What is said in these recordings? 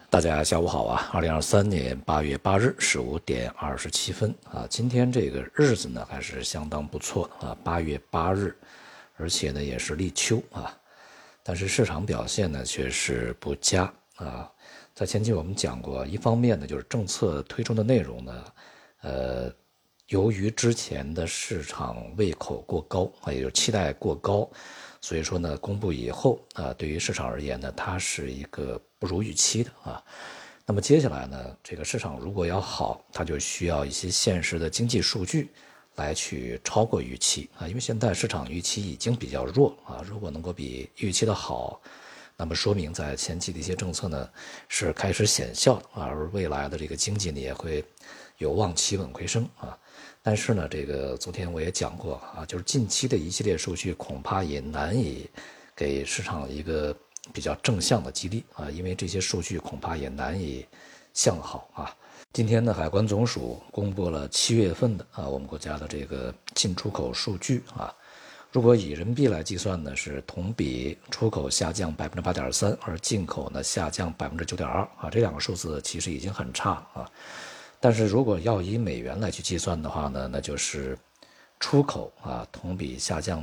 大家下午好啊！2023年8月8日15点27分啊，今天这个日子呢还是相当不错啊，8月8日，而且呢也是立秋啊，但是市场表现呢却是不佳啊。在前期我们讲过，一方面呢就是政策推出的内容呢，由于之前的市场胃口过高啊，也就是期待过高，所以说呢，公布以后啊，对于市场而言呢，它是一个不如预期的啊。那么接下来呢，这个市场如果要好，它就需要一些现实的经济数据来去超过预期啊，因为现在市场预期已经比较弱啊，如果能够比预期的好，那么说明在前期的一些政策呢是开始显效的啊，而未来的这个经济呢也会有望企稳回升啊。但是呢，这个昨天我也讲过啊，就是近期的一系列数据恐怕也难以给市场一个比较正向的激励啊，因为这些数据恐怕也难以向好啊。今天呢，海关总署公布了7月份的我们国家的这个进出口数据啊，如果以人民币来计算呢，是同比出口下降8.3%，而进口呢下降9.2%啊，这两个数字其实已经很差啊。但是如果要以美元来去计算的话呢，那就是出口同比下降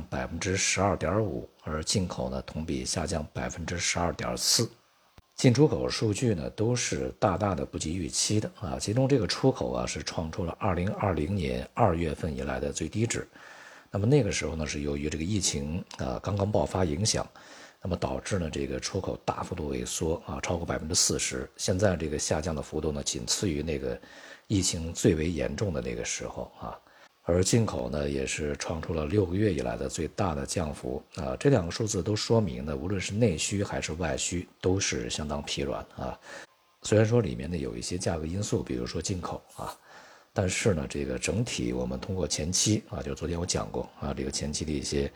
12.5%，而进口呢同比下降12.4%。进出口数据呢都是大大的不及预期的啊，其中这个出口是创出了2020年2月份以来的最低值。那么那个时候呢是由于这个疫情刚刚爆发影响，那么导致呢这个出口大幅度萎缩啊，超过40%。现在这个下降的幅度呢仅次于那个疫情最为严重的那个时候啊。而进口呢也是创出了6个月以来的最大的降幅啊，这两个数字都说明呢，无论是内需还是外需都是相当疲软啊。虽然说里面呢有一些价格因素，比如说进口啊，但是呢这个整体我们通过前期就昨天我讲过啊，这个前期的一些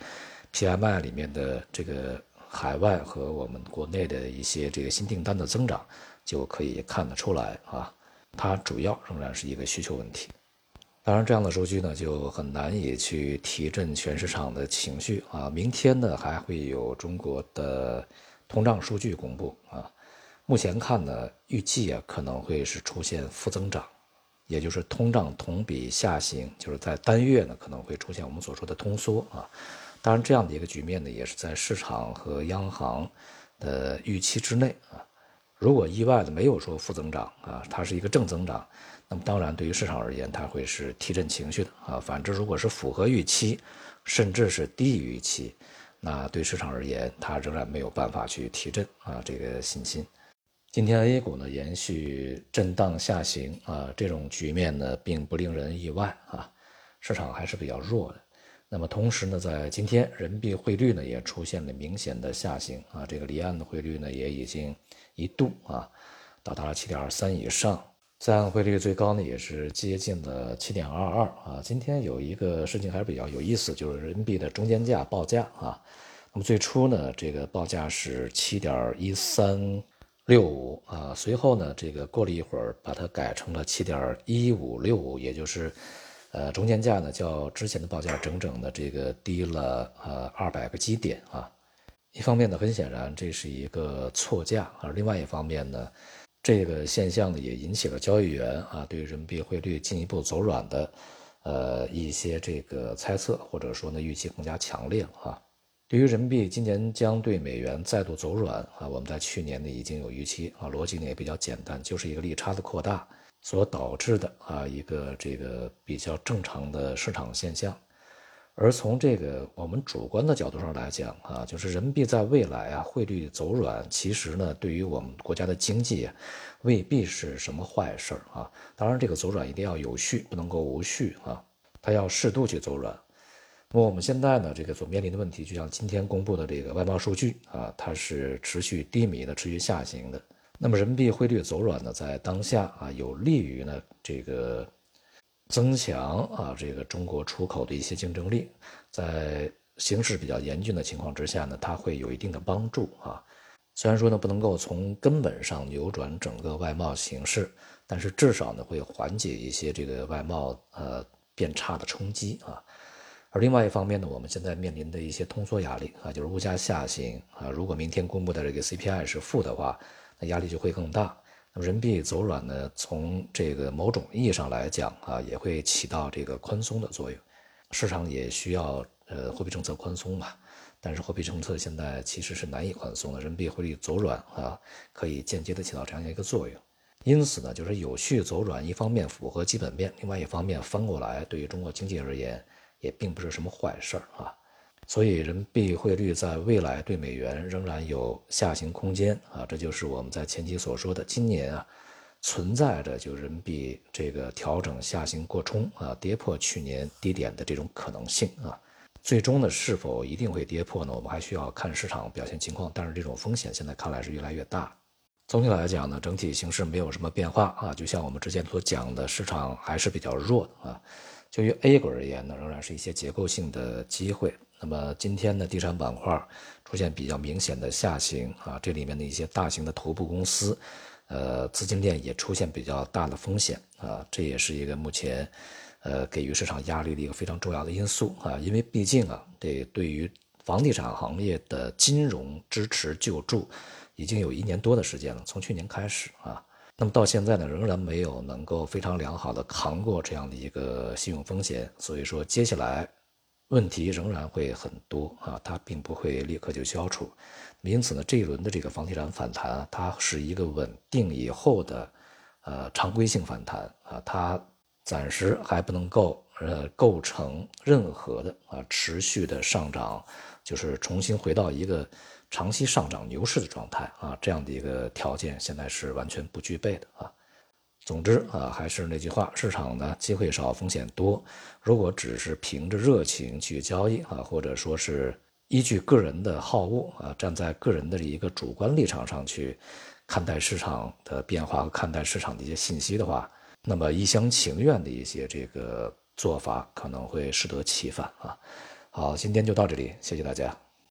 PMI 里面的这个海外和我们国内的一些这个新订单的增长就可以看得出来啊，它主要仍然是一个需求问题。当然这样的数据呢就很难以去提振全市场的情绪啊。明天呢还会有中国的通胀数据公布啊，目前看呢预计可能会是出现负增长，也就是通胀同比下行，就是在单月呢可能会出现我们所说的通缩啊。当然这样的一个局面呢也是在市场和央行的预期之内啊。如果意外的没有说负增长啊，它是一个正增长，那么当然对于市场而言它会是提振情绪的啊。反之如果是符合预期甚至是低于预期，那对市场而言它仍然没有办法去提振这个信心。今天 A 股呢延续震荡下行啊，这种局面呢并不令人意外啊，市场还是比较弱的。那么同时呢，在今天人民币汇率呢也出现了明显的下行啊，这个离岸的汇率呢也已经一度到达了7.23以上，在岸汇率最高呢也是接近了7.22啊。今天有一个事情还是比较有意思，就是人民币的中间价报价啊，那么最初呢这个报价是7.1365啊，随后呢这个过了一会儿把它改成了7.1565，也就是中间价呢较之前的报价整整的这个低了200个基点啊。一方面呢很显然这是一个错价，而另外一方面呢这个现象呢也引起了交易员对人民币汇率进一步走软的一些这个猜测，或者说呢预期更加强烈了对于人民币今年将对美元再度走软我们在去年呢已经有预期逻辑呢也比较简单，就是一个利差的扩大所导致的一个这个比较正常的市场现象。而从这个我们主观的角度上来讲就是人民币在未来汇率走软，其实呢对于我们国家的经济未必是什么坏事当然这个走软一定要有序，不能够无序它要适度去走软。那么我们现在呢这个所面临的问题，就像今天公布的这个外贸数据它是持续低迷的，持续下行的。那么人民币汇率走软呢，在当下有利于呢这个增强这个中国出口的一些竞争力，在形势比较严峻的情况之下呢，它会有一定的帮助虽然说呢不能够从根本上扭转整个外贸形势，但是至少呢会缓解一些这个外贸变差的冲击而另外一方面呢，我们现在面临的一些通缩压力就是物价下行如果明天公布的这个 CPI 是负的话，那压力就会更大。 那么人民币走软呢，从这个某种意义上来讲啊，也会起到这个宽松的作用。市场也需要货币政策宽松嘛，但是货币政策现在其实是难以宽松的，人民币汇率走软啊，可以间接的起到这样一个作用。因此呢，就是有序走软，一方面符合基本面，另外一方面翻过来对于中国经济而言也并不是什么坏事啊。所以人民币汇率在未来对美元仍然有下行空间啊，这就是我们在前期所说的，今年啊存在着就人民币这个调整下行过冲啊，跌破去年低点的这种可能性啊。最终呢，是否一定会跌破呢？我们还需要看市场表现情况，但是这种风险现在看来是越来越大。总体来讲呢，整体形势没有什么变化啊，就像我们之前所讲的，市场还是比较弱的啊。就于 A 股而言呢，仍然是一些结构性的机会。那么今天呢，地产板块出现比较明显的下行啊，这里面的一些大型的头部公司，资金链也出现比较大的风险啊，这也是一个目前给予市场压力的一个非常重要的因素啊，因为毕竟啊，这对于房地产行业的金融支持救助已经有1年多的时间了，从去年开始啊。那么到现在呢，仍然没有能够非常良好的扛过这样的一个信用风险，所以说接下来问题仍然会很多啊，它并不会立刻就消除。因此呢，这一轮的这个房地产反弹，它是一个稳定以后的常规性反弹啊，它暂时还不能够构成任何的持续的上涨，就是重新回到一个长期上涨牛市的状态啊，这样的一个条件现在是完全不具备的啊。总之啊，还是那句话，市场呢机会少，风险多。如果只是凭着热情去交易啊，或者说是依据个人的好恶啊，站在个人的一个主观立场上去看待市场的变化和看待市场的一些信息的话，那么一厢情愿的一些这个做法可能会适得其反啊。好，今天就到这里，谢谢大家。